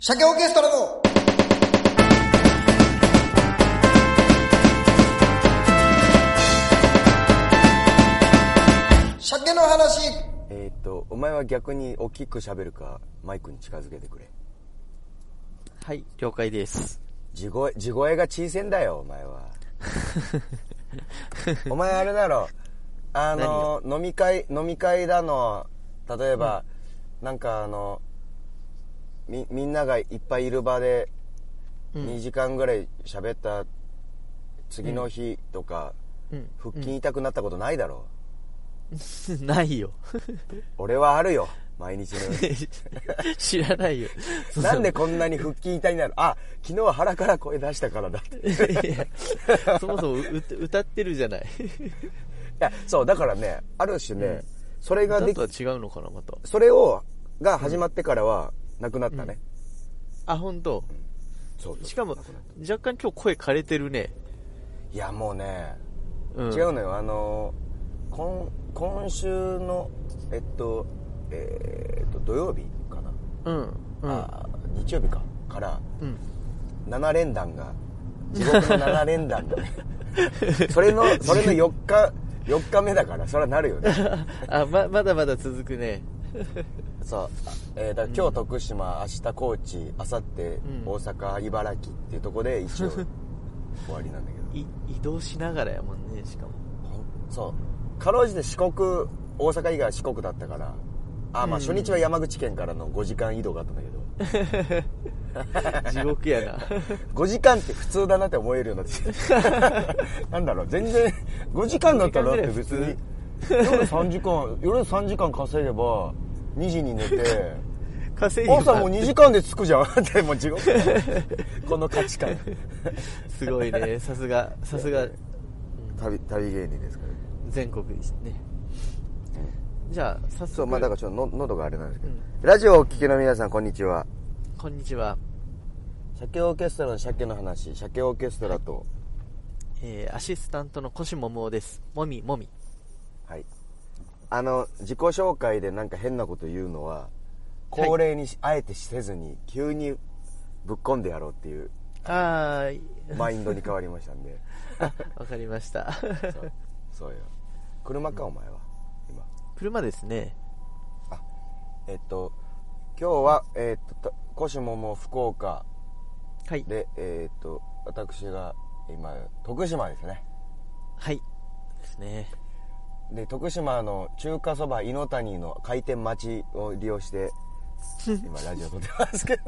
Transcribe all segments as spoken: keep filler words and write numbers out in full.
鮭オーケストラの鮭の話。 えー、っとお前は逆に大きく喋るかマイクに近づけてくれ。 はい、了解です。 地声地声が小せんだよお前はお前あれだろ、あの飲み会飲み会だの、例えば、うん、なんかあの み, みんながいっぱいいる場でにじかんぐらい喋った次の日とか、うん、腹筋痛くなったことないだろう、うん、ないよ俺はあるよ毎日のように知らないよなんでこんなに腹筋痛いになる。あ、昨日は腹から声出したからだっていやそもそも歌ってるじゃないいやそうだからね、ある種ね、うん、それができ歌とは違うのかな。またそれをが始まってからはなくなったね、 うん、あ、本当、うん、 そうそう、 しかも若干今日声枯れてるね。 いやもうね、うん、違うのよ。あの今今週のえっとえー、っと土曜日かな、うんうん、あ日曜日かから、うん、なな連弾が地獄のなな連弾がねそれのそれのよっかよっかめだから、それはなるよねあ、ま、まだまだ続くねそう、えー、だから今日徳島、明日高知、明後日大阪、茨城っていうところで一応終わりなんだけどい移動しながらやもんね。しかもそうかろうじて四国、大阪以外は四国だったから、あ、まあ初日は山口県からのごじかん移動があったんだけど地獄やなごじかんって普通だなって思えるようになってきてなんだろう、全然ごじかんだったらだって別に夜さんじかん夜さんじかん稼げばにじに寝て稼げば朝もうにじかんで着くじゃんってもう地獄この価値観すごいね。さすがさすが旅旅芸人ですから、ね、 全国ですね。じゃあ早速、 そう、まあだからちょっとの喉があれなんですけど、うん、ラジオをお聞きの皆さんこんにちは。 こんにちは。 鮭オーケストラの鮭の話、鮭オーケストラと、はい、 えー、アシスタントの越桃です。もみもみ。 はい。あの自己紹介でなんか変なこと言うのは恒例にあえてせずに急にぶっ込んでやろうっていう、 ああマインドに変わりましたんでわかりましたそう、 そうよ。車か、うん、お前は今車ですね。 あ、えっと今日はえっと越桃福岡、はい、でえっと私が今徳島ですね。 はいですね。 で徳島の中華そばいの谷の開店待ちを利用して今ラジオ撮ってますけど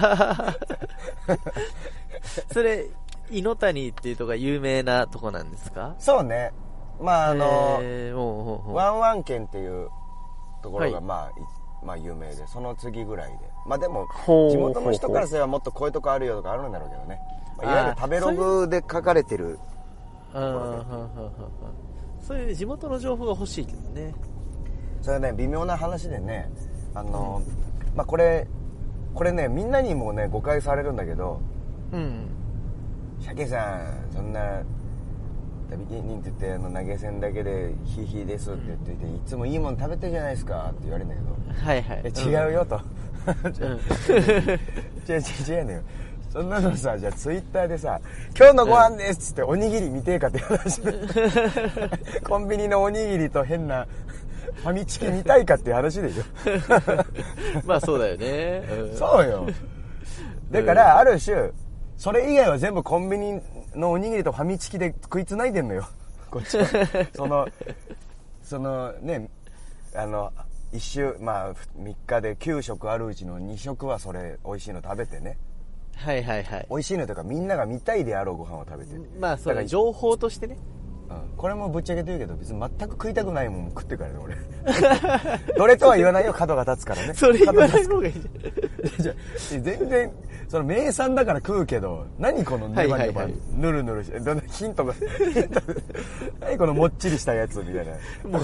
それいの谷っていうとこが有名なとこなんですか？ そうね、まああの、えー、おうおうおうワンワン県っていうところが、はい、まあまあ有名で、その次ぐらいで、まあでも地元の人からすればもっとこういうとこあるよとかあるんだろうけどね、まあ、いわゆる食べログで書かれてるところで、 そういう地元の情報が欲しいけどね。 それはね微妙な話でね、あの、うん、まあこれこれねみんなにもね誤解されるんだけど、うん、鮭さんそんな旅芸人って言ってあの投げ銭だけでヒーヒーですって言っていて、うん、いつもいいもの食べてるじゃないですかって言われるんだけど、 はいはい、 違うよと、うん、違う違う違うのよ。そんなのさ、じゃあツイッターでさ今日のご飯ですっつっておにぎり見てえかって話コンビニのおにぎりと変なファミチキ見たいかっていう話でしょまあそうだよね、 うん、そうよ。だからある種それ以外は全部コンビニのおにぎりとファミチキで食いつないでんのよこっちはそのそのね、あの一週まあみっかできゅう食あるうちのに食はそれ美味しいの食べてね、 はいはいはい、 美味しいのというかみんなが見たいであろうご飯を食べてる。 まあそうだ、情報としてね、 うん、これもぶっちゃけて言うけど別に全く食いたくないもん食ってるからね俺どれとは言わないよ、角が立つからね。 それ言わない方がいいじゃ全然その名産だから食うけど、何このネバネバヌルヌルしてどんなヒントが何このもっちりしたやつみたいなもう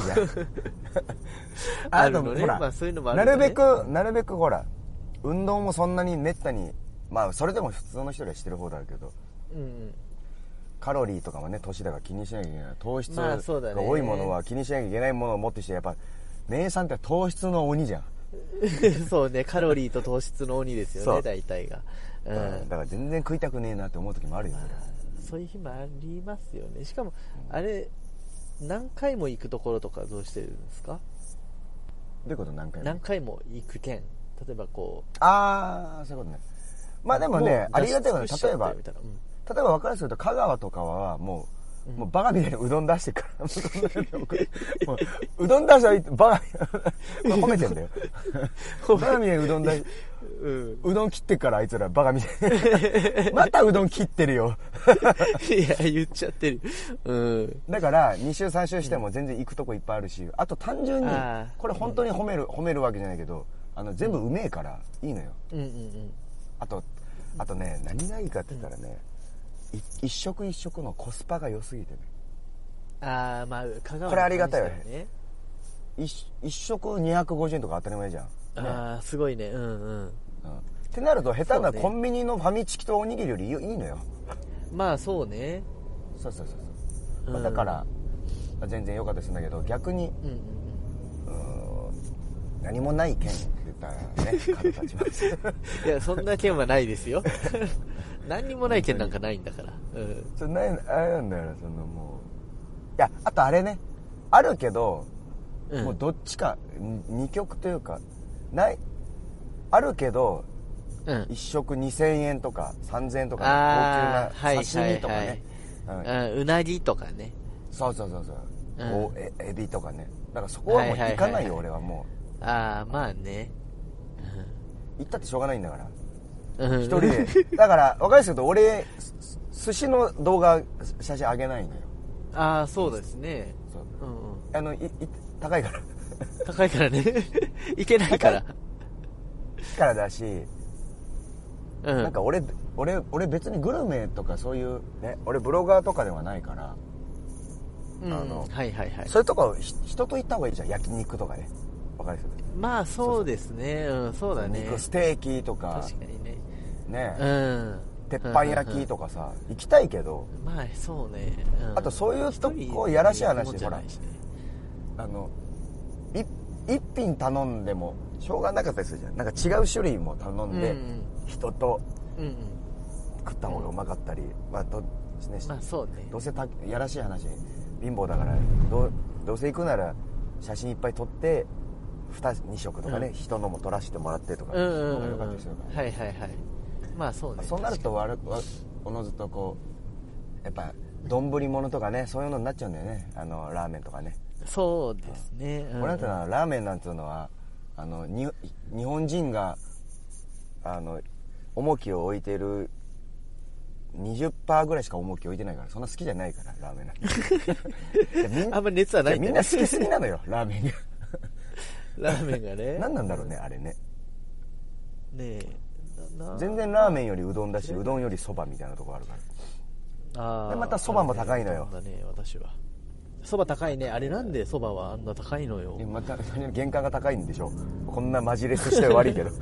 あるのね、ほら、まあ、そういうのもある、ね、 なるべくなるべくほら運動もそんなにめったに、まあそれでも普通の人がしてる方だけど、うん、カロリーとかもね年だから気にしなきゃいけない、糖質が多いものは気にしなきゃいけないものをもってして、やっぱ名産って糖質の鬼じゃんそうね、カロリーと糖質の鬼ですよね、大体が。 うん、だから全然食いたくねえなって思う時もあるよね。 そういう日もありますよね。しかも、あれ、何回も行くところとかどうしてるんですか？ どういうこと何回も何回も行く県。例えばこう。 ああ、そういうことね。まあでもね、ありがたいよね。例えば、うん、例えば分かりやすく言うと、香川とかはもう、うん、もうバカみたいにうどん出してからもううどん出したらバカ褒めてんだよバカみたいにうどん出し、うん、うどん切ってからあいつらバカみたいにまたうどん切ってるよいや言っちゃってる、うん、 だからに週さん週しても全然行くとこいっぱいあるし、あと単純にこれ本当に褒める褒めるわけじゃないけど、あの全部うめえからいいのよ、うんうんうん、あとあとね、何がいいかって言ったらね、一食一食のコスパが良すぎてね。 ああ、まあ香川、 これありがたいよね。一一食にひゃくごじゅうえんとか当たり前じゃん、ね、 ああすごいね、うんうん、うん、 ってなると下手なコンビニのファミチキとおにぎりよりいいのよ。 まあそうね、 そうそうそうそう、うん、だから全然良かったですんだけど、逆に、うんうんうん、何もない県って言ったらね角立ちますいやそんな県はないですよ何にもない県なんかないんだから、うん、 それないあれなんだよ、そのもう、いやあとあれね、あるけど、うん、もうどっちか二極というかないあるけど、うん、一食にせんえんとかさんぜんえんとか、ね、高級な刺身とかね、 はいはいはい、うん、うなぎとかね、 そうそうそうそう、うん、おえエビとかね、だからそこはもう行かないよ、俺はもう。 ああまあね、 うん、行ったってしょうがないんだから一人でだから分かりやすいけど、俺寿司の動画写真あげないのよ。 ああそうですね、そう、 うんうん、あのいい高いから高いからねいけないからからだし、うん、なんか俺俺俺別にグルメとかそういうね、俺ブロガーとかではないから、 うん、あの、はいはいはい、 そういうとこ人と行った方がいいじゃん、焼肉とかね、分かりやすい。 まあそうですね、うん、そうだね、 肉ステーキとか確かにね、 ね、うん、鉄板焼きとかさ、うんうんうん、行きたいけど、 まあそうね、うん、 あとそういうとこやらしい話で、ほら、あの一品頼んでもしょうがなかったりするじゃん、なんか違う種類も頼んで、うんうん、人と食った方がうまかったり、うん、まあど、ね、 まあそうね、 どうせたやらしい話、貧乏だからど う, どうせ行くなら写真いっぱい撮ってに食とかね、うん、人のも撮らせてもらってとか、うんうんうん、が良かったりするから、ね、はいはいはい、まあそうね、まあ、そうなるとわるわおのずとこうやっぱ丼物とかね、そういうのになっちゃうんだよね、あのラーメンとかね。 そうですね、 うん、俺なんてのはラーメンなんていうのはあのに日本人があの重きを置いてる にじゅっパーセント ぐらいしか重きを置いてないから、そんな好きじゃないからラーメンなんてあんまり熱はないんだよ、 みんな好きすぎなのよラーメンがラーメンがね何なんだろうねあれね。 ねえ、 全然ラーメンよりうどんだし、うどんよりそばみたいなところあるから。あでまたそばも高いのよ。 だね、私はそば高いね。あれなんでそばはあんな高いのよ。 また原価が高いんでしょ、こんなマジレスして悪いけど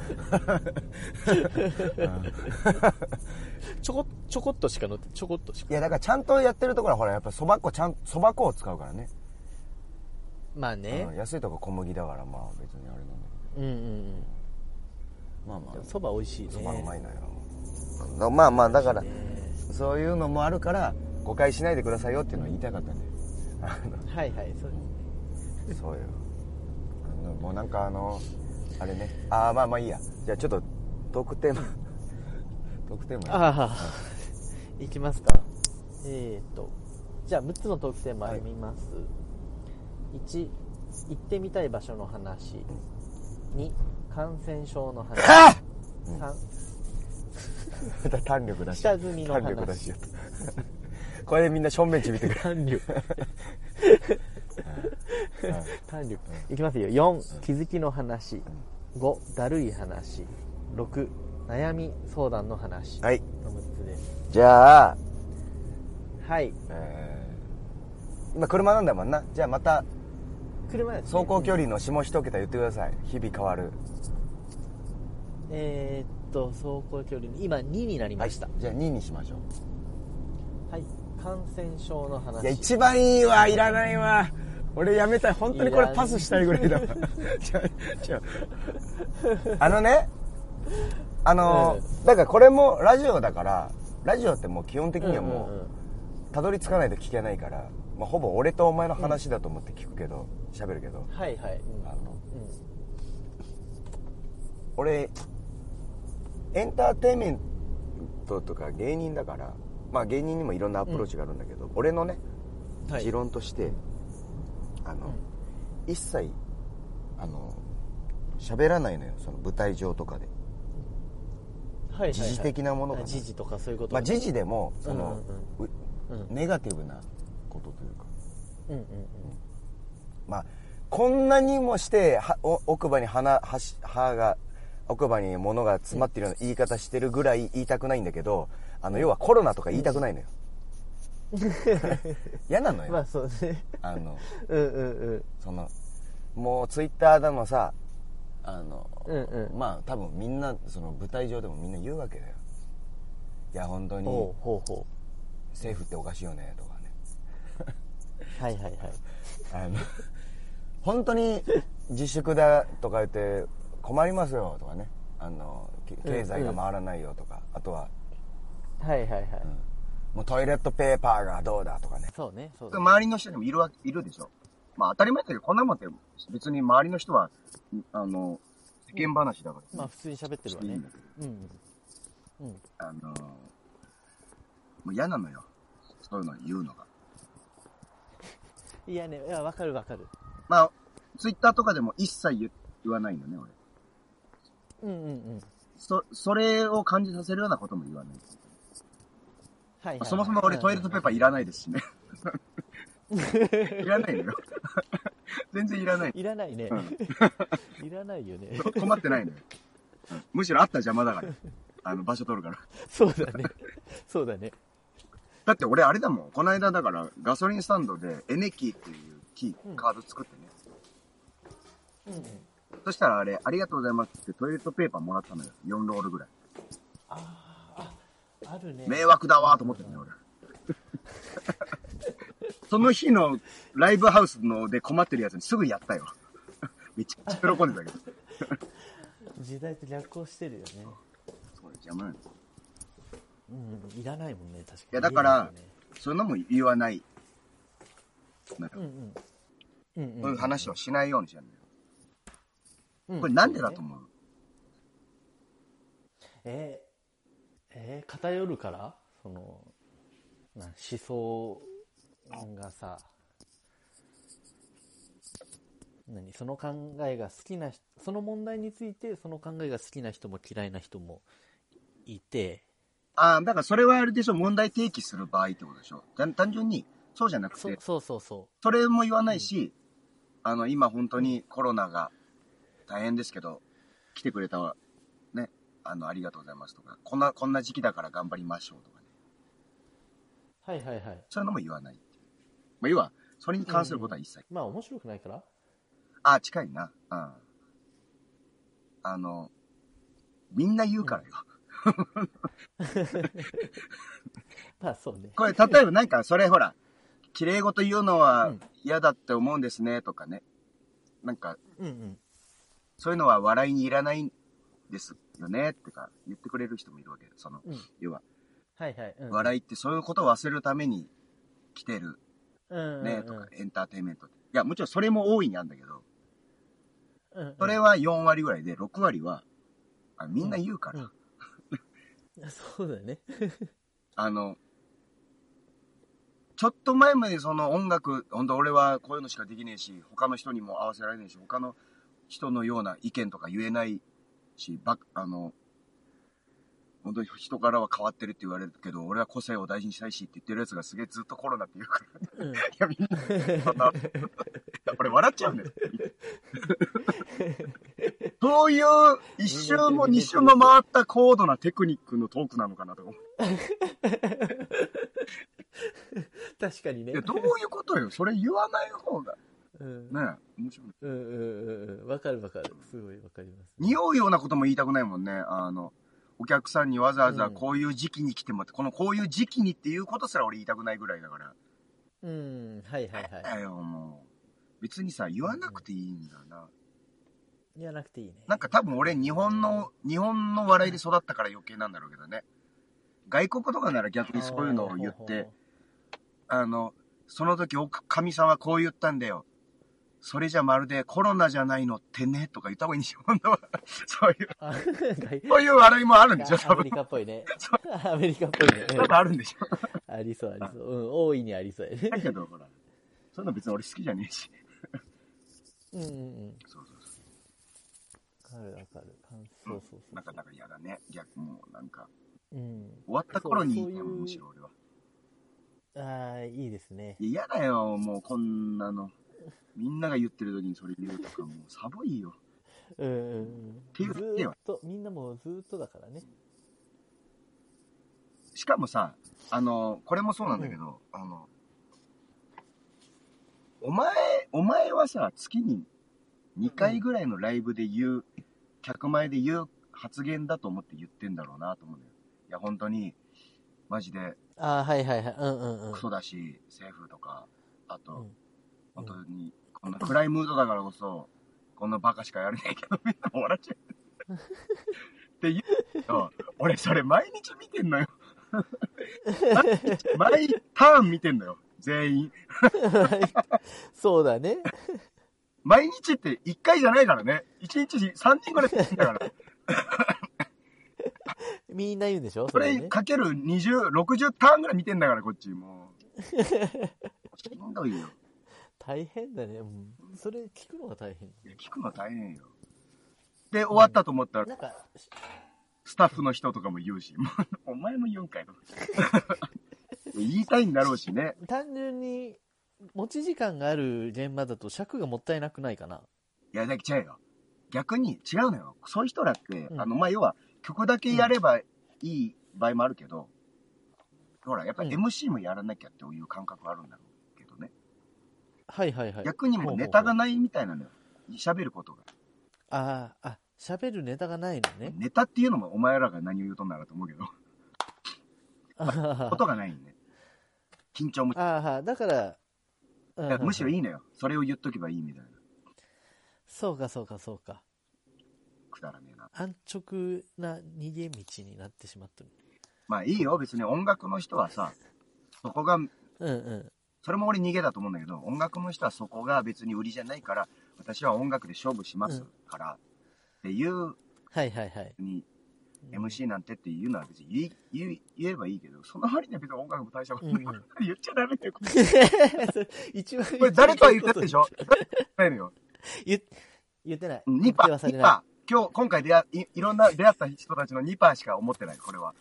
ちょこちょこっとしか乗ってちょこっとしか。 いやだからちゃんとやってるところはほらやっぱそば粉ちゃんそば粉を使うからね。 まあね、 うん、安いとこ小麦だからまあ別にあれなんだけど、うんうんうん、まあまあそば美味しいね。 そばうまいのよ。まあまあだからそういうのもあるから誤解しないでくださいよっていうのは言いたかったんではいはい、そうです。 そうよ。もうなんかあのあれね、ああまあまあいいや。じゃあちょっとトークテーマトークテーマああいきますか。えーとじゃあむっつのトークテーマ読みます、はい、いち行ってみたい場所の話、に感染症の話、さん弾力だし下積みの話、 弾力だしこれでみんな正面地見てくる弾力弾力いきますよ。よん気づきの話、ごだるい話、ろく悩み相談の話、 はいのむっつです。 じゃあはい、 えー、今車なんだもんな。じゃあまた車です、ね、 走行距離の下一桁言ってください。日々変わる。 えー、っと走行距離今にになりました、はい、 じゃあににしましょう。 はい、感染症の話。 いや一番いいわ、いらないわ。 俺やめたい。本当にこれパスしたいぐらいだわ。違う違う。あのね、あの、うん、だからこれもラジオだから、ラジオってもう基本的にはもう、うんうんうん、たどり着かないと聞けないから、まあ、ほぼ俺とお前の話だと思って聞くけど、喋、うん、るけど。 はいはい。うん、 あの、うん、俺、エンターテインメントとか芸人だから、まあ芸人にもいろんなアプローチがあるんだけど、うん、俺のね、はい、持論として、あの、うん、一切、あの、喋らないのよ、その舞台上とかで。はいはいはい、時事的なものかな。 時事とかそういうこと、 まあ時事でも、その、うんうんうん、ネガティブなことというか。うんうんうん。まあ、こんなにもしては奥歯に鼻歯が奥歯に物が詰まってるような言い方してるぐらい言いたくないんだけど、あの要はコロナとか言いたくないのよ。嫌なのよ。 まあそうね。 あの、 うんうんうん。 そのもうツイッターでもさ、あの、 うんうん、まあ多分みんなその舞台上でもみんな言うわけだよ。いや本当にほうほうほう政府っておかしいよねとかね。 はいはいはい。 あの本当に自粛だとか言って困りますよとかね、あの経済が回らないよとか、うんうん、あとははいはいはい、うん、 もうトイレットペーパーがどうだとかね。 そうね、そうね。 周りの人にもいるわいるでしょ。まあ当たり前だけどこんなもんって別に周りの人はあの世間話だから、ね、 まあ普通に喋ってるわね。うんうん。あのもう嫌なのよ。そういうの言うのが。 いやね、いやわかるわかる。 まあ、ツイッターとかでも一切 言, 言わないのね、 俺。うんうんうん。 そ、それを感じさせるようなことも言わない。 はい、はい。 そもそも俺トイレットペーパーいらないですしね。いらないのよ。全然いらない。 いらないね。うん、いらないよね。 困ってないのよ。むしろあった邪魔だから。あの、場所取るから。 そうだね。そうだね。 だって俺あれだもん。この間だからガソリンスタンドでエネキーっていうキー、カード作ってね。うんうん、そしたらあれ、ありがとうございますってトイレットペーパーもらったのよ。よんロールぐらい。 ああ、あるね。 迷惑だわーと思ってるね、俺。その日のライブハウスので困ってるやつにすぐやったよ。めっちゃ喜んでたけど。 時代と逆行してるよね。 そう、邪魔なの。 うん、いらないもんね、確かに。 いや、だから、ね、そういうのも言わない。なんか、うんうん。うんうん、そういう話をしないようにしてるんだよ。うん、これなんでだと思う？ えー、えー、偏るから？その、な思想がさ、何その考えが好きな、その問題についてその考えが好きな人も嫌いな人もいて、 ああ、だからそれはあれでしょ、問題提起する場合ってことでしょ。単純にそうじゃなくて、 そ, そうそうそうそれも言わないし、うん、あの今本当にコロナが大変ですけど、来てくれたね、あのありがとうございますとか、こんなこんな時期だから頑張りましょうとかね。 はいはいはい。 そういうのも言わないっていう。まあ要はそれに関することは一切。 うん、まあ面白くないから。 ああ近いな。うん。あのみんな言うからよ。うんまあそうね。 これ例えばなんかそれほら綺麗事言うのは嫌だって思うんですねとかね、なんか、うんうん、そういうのは笑いにいらないんですよねってか言ってくれる人もいるわけで、その、うん、要は、 はいはい、うん、 笑いってそういうことを忘れるために来てる、うん、ねとか、エンターテインメントって、いやもちろんそれも大いにあるんだけど、うんうん、それはよんわりぐらいでろくわりはあみんな言うから、うんうんそうだね。 あの、ちょっと前までその音楽、本当俺はこういうのしかできねえし、他の人にも合わせられねえし、他の人のような意見とか言えないし、ばあの、本当に人からは変わってるって言われるけど、俺は個性を大事にしたいしって言ってるやつがすげえずっとコロナって言うから。うん、いや、みんな、そんな、これ笑っちゃうんだよ。そういう一周も二周も回った高度なテクニックのトークなのかなと思う。 確かにね。 いや、どういうことよ。それ言わない方が。うん、ねえ、面白い。 うんうんうん。わかるわかる。すごいわかります、 ね。匂うようなことも言いたくないもんね。あの、お客さんにわざわざこういう時期に来てもらって、うん、このこういう時期にっていうことすら俺言いたくないぐらいだから。 うん、はいはいはい。 えよ、もう。 別にさ、言わなくていいんだな。 言わなくていいね。 なんか多分俺日本の、日本の笑いで育ったから余計なんだろうけどね。外国とかなら逆にそういうのを言って、あの、その時、神さんはこう言ったんだよ。それじゃまるでコロナじゃないのってね、とか言った方がいいんでしょ。そういう、そういう笑いもあるんでしょ、 多分。アメリカっぽいね。アメリカっぽいね。 多分あるんでしょ。 ありそう、ありそう。うん、大いにありそうやね。 だけど、ほら、そういうの別に俺好きじゃねえし。 うんうんうん。 そうそうそう。 わかるわかる。そうそうそう。 なかなか嫌だね。逆もうなんか。 うん。 終わった頃にいいね、むしろ俺は。 ああ、いいですね。 いや、嫌だよ、もうこんなの。みんなが言ってる時にそれ言うとか、もう寒いよ。 うんうんうん。っていうずっと、みんなもずっとだからね。 しかもさ、あの、これもそうなんだけど、うん、あの、お前、お前はさ、月ににかいぐらいのライブで言う、うん、客前で言う発言だと思って言ってんだろうなと思うんだよ。いや、本当に、マジで、 ああ、はいはいはい。うんうんうん。 クソだし、政府とか、あと、うん、本当に、こんな暗いムードだからこそ、こんなバカしかやれないけど、みんなも笑っちゃう。って言うと、俺それ毎日見てんのよ。毎ターン見てんのよ、全員。 そうだね。 毎日っていっかいじゃないからね。いちにちさんにんぐらい見てんだから。 みんな言うんでしょそれかけるにじゅう、ろくじゅうターンぐらい見てんだから、こっち。もう。しんどいよ。 大変だね。うん、それ聞くのが大変。 いや、聞くのは大変よ。で、終わったと思ったら、うん、なんかスタッフの人とかも言うし、お前も言うんかいと。言いたいんだろうしね。 単純に、持ち時間がある現場だと尺がもったいなくないかな。 いや、だけ違うよ。逆に違うのよ。そういう人らって、うん、あの、まあ、要は、曲だけやればいい場合もあるけど、うん、ほら、やっぱり エムシー もやらなきゃっていう感覚あるんだろうけどね。 はいはいはい。 逆にもうネタがないみたいなのよ。喋ることが。 ああ、あ、喋るネタがないのね。 ネタっていうのもお前らが何を言うとんならと思うけど。ことがないんね。緊張も。 ああ、だから、 うん、むしろいいのよ。それを言っとけばいいみたいな。 そうかそうかそうか。 くだらねえな。 安直な逃げ道になってしまってる。 まあいいよ、別に音楽の人はさ、そこが、うんうん。 それも俺逃げだと思うんだけど、音楽の人はそこが別に売りじゃないから、私は音楽で勝負しますから、っていう、 はいはいはい。 に エムシー なんてっていうのは別に言言言えばいいけど、その割には別に音楽も大したことないから、うんうん、言っちゃダメだよ。 一番これ誰とは言ってるでしょ？誰よ。 言, 言ってない。 にパーセント、にパーセント。今日、今回出会い、いろんな出会った人たちのにパーセントしか思ってない、これは。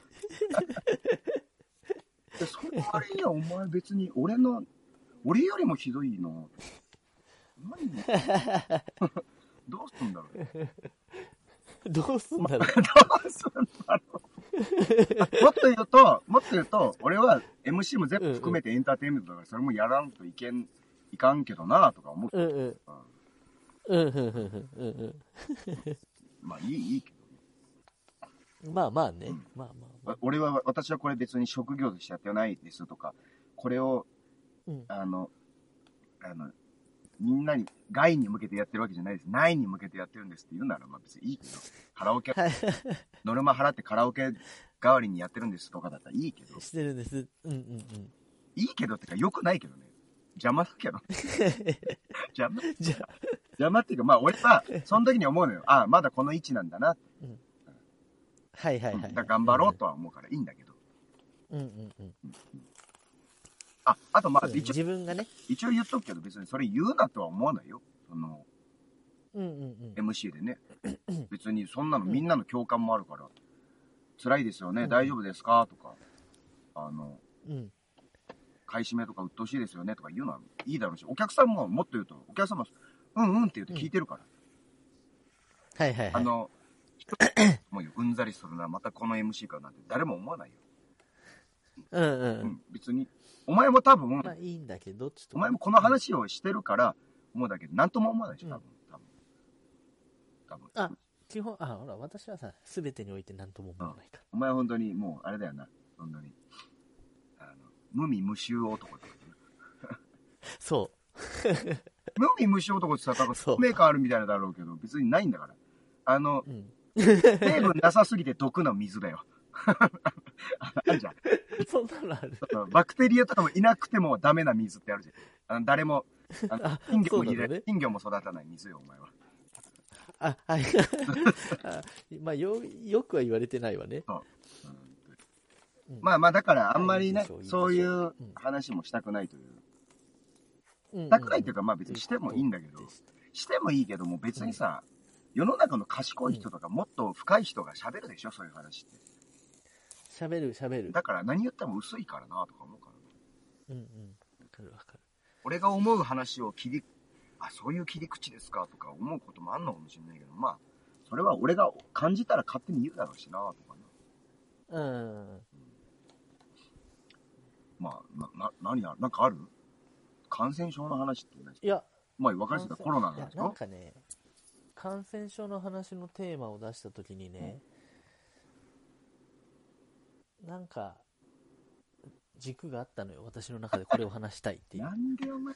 でその割にはお前別に俺の、俺よりもひどいの。何どうすんだろう。 どうすんだろう。 どうすんだろう。もっと言うと、もっと言うと、俺は エムシー も全部含めてエンターテインメントだから、それもやらんといけん、いかんけどなとか思って。うんうん。 うんうんうんうん。 まあいい、いいけど。まあまあね。うん、まあまあ、まあ。 俺は、私はこれ別に職業としてやってないですとか、これを、うん、あの、あの、みんなに、外に向けてやってるわけじゃないです。内に向けてやってるんですって言うなら、まあ別にいいけど、カラオケ、ノルマ払ってカラオケ代わりにやってるんですとかだったらいいけど。 してるんです。うんうんうん。 いいけどってか、良くないけどね。邪魔だけど。邪魔じゃ邪魔っていうか、まあ俺は、その時に思うのよ。ああ、まだこの位置なんだな。うん、 はいはいはい、はい。 だ頑張ろうとは思うからいいんだけど。 うんうんうん。うんうんあ、あとまあ、 一応、自分がね。 一応言っとくけど、別にそれ言うなとは思わないよ。その、 うんうんうん。 エムシー でね。別にそんなのみんなの共感もあるから、辛いですよね、うん、大丈夫ですかとか、あの、うん。買い占めとか鬱陶しいですよねとか言うのはいいだろうし、お客さんももっと言うと、お客さんも、うんうんって言って聞いてるから。 うん、はいはいはい。 あの、もううんざりするな、またこの エムシー かなんて誰も思わないよ。 うんうん。うん、 別に。お前も多分、 まあいいんだけど、ちょっと。 お前もこの話をしてるから、思うんだけど、なんとも思わないでしょ、多分。多分。多分。 あ、基本、あ、ほら、私はさ、すべてにおいてなんとも思わないから。 お前は本当に、もう、あれだよな。本当に。あの、無味無臭男だから、ね。 そう。 無味無臭男ってさ、多分透明感あるみたいなだろうけど、別にないんだから。あの、うん、成分なさすぎて毒の水だよ。あるじゃん。 そんなのある。 バクテリアとかもいなくてもダメな水ってあるじゃん。あの誰も、あの金魚も入れ、ね、金魚も育たない水よ、お前は。 あ、はい。まあ、よ、よくは言われてないわね。そう。 うん、まあまあ、だからあんまりね、はい、そういう話もしたくないという。うん、したくないっていうか、まあ別にしてもいいんだけど、してもいいけども別にさ、うん、世の中の賢い人とかもっと深い人が喋るでしょ、そういう話って。 喋る喋る。 だから何言っても薄いからなとか思うから。 うんうん。わかるわかる。 俺が思う話を切り、あ、そういう切り口ですかとか思うこともあんのかもしれないけど、まあ、それは俺が感じたら勝手に言うだろうしなとかな。うん。うん、 まあ、な、な、何や、なんかある感染症の話って何？ いや、 まあ、分かりました。コロナの話。 なんかね、感染症の話のテーマを出したときにね、うん、なんか、軸があったのよ。私の中でこれを話したいっていう。 なんでお前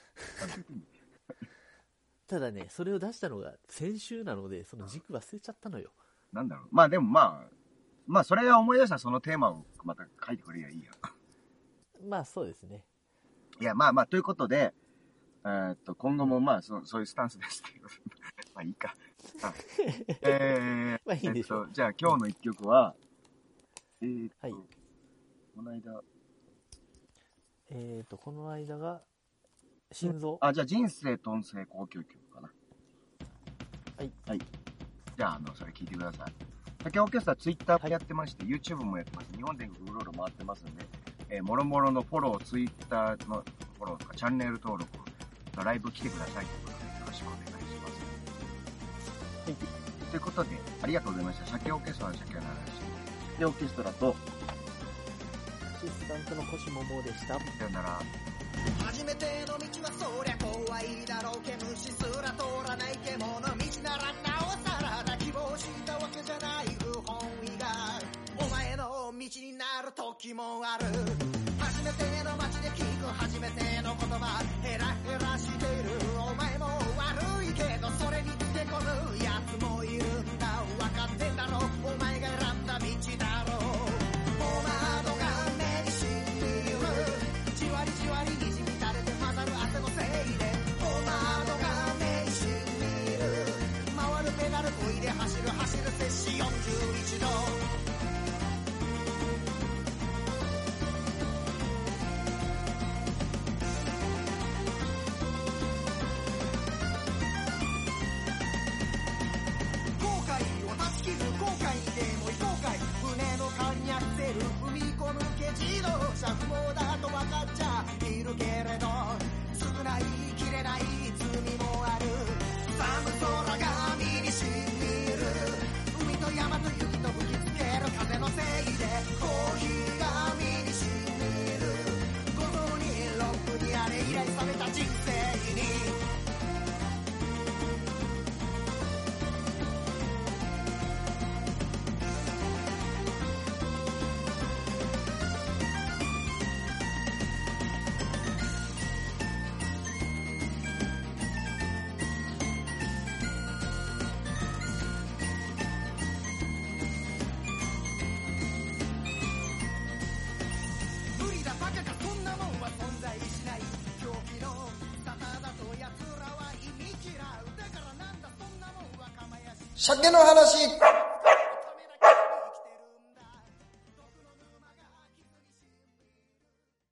ただね、それを出したのが先週なので、その軸忘れちゃったのよ。 なんだろう。まあでもまあ、まあそれが思い出したらそのテーマをまた書いてくれりゃいいや。 まあそうですね。 いやまあまあ、ということで、えー、っと、今後もまあそ、そういうスタンスですっていう。まあいいか。あえー、 まあいいんでしょう。 えー、じゃあ今日の一曲は、えー、っと、はい、この間、 えー、っと、この間が、心臓。 あ、じゃあ人生頓生交響曲かな。 はい。 はい。じゃあ、あの、それ聞いてください。竹オーケストラツイッターもやってまして、はい、YouTube もやってます。日本全国うろうろ回ってますんで、えー、もろもろのフォロー、ツイッターのフォローとか、チャンネル登録、ライブ来てくださいということで、よろしくお願いします。はい。ということで、ありがとうございました。鮭オーケストラの鮭の話。鮭オーケストラと、 アシスタントの星桃でした。 さよなら。 初めての道はそりゃ怖いだろう。毛虫すら通らない獣道ならなおさらだ。希望したわけじゃない不本意がお前の道になる時もある。初めての街で聞く初めての言葉ヘラヘラしているお前も悪いけどそれにつけ込むやつもいるんだ。分かってんだろお前が選んだ道だろう。お窓が目にしみるじわりじわりにじみ垂れて混ざる汗のせいでお窓が目にしみる回るペダルこいで走る走る摂氏よんじゅういちど後悔を断ち切る後悔でも非公開船の間にアクセル踏み込む軽自動車不毛だと分かっちゃいるけれど少ない切れない罪もある。寒空が身にしみる海と山と雪と吹きつける風のせいでコーヒーが身にしみる五臓にロックにあれ依頼された人生に鮭の話。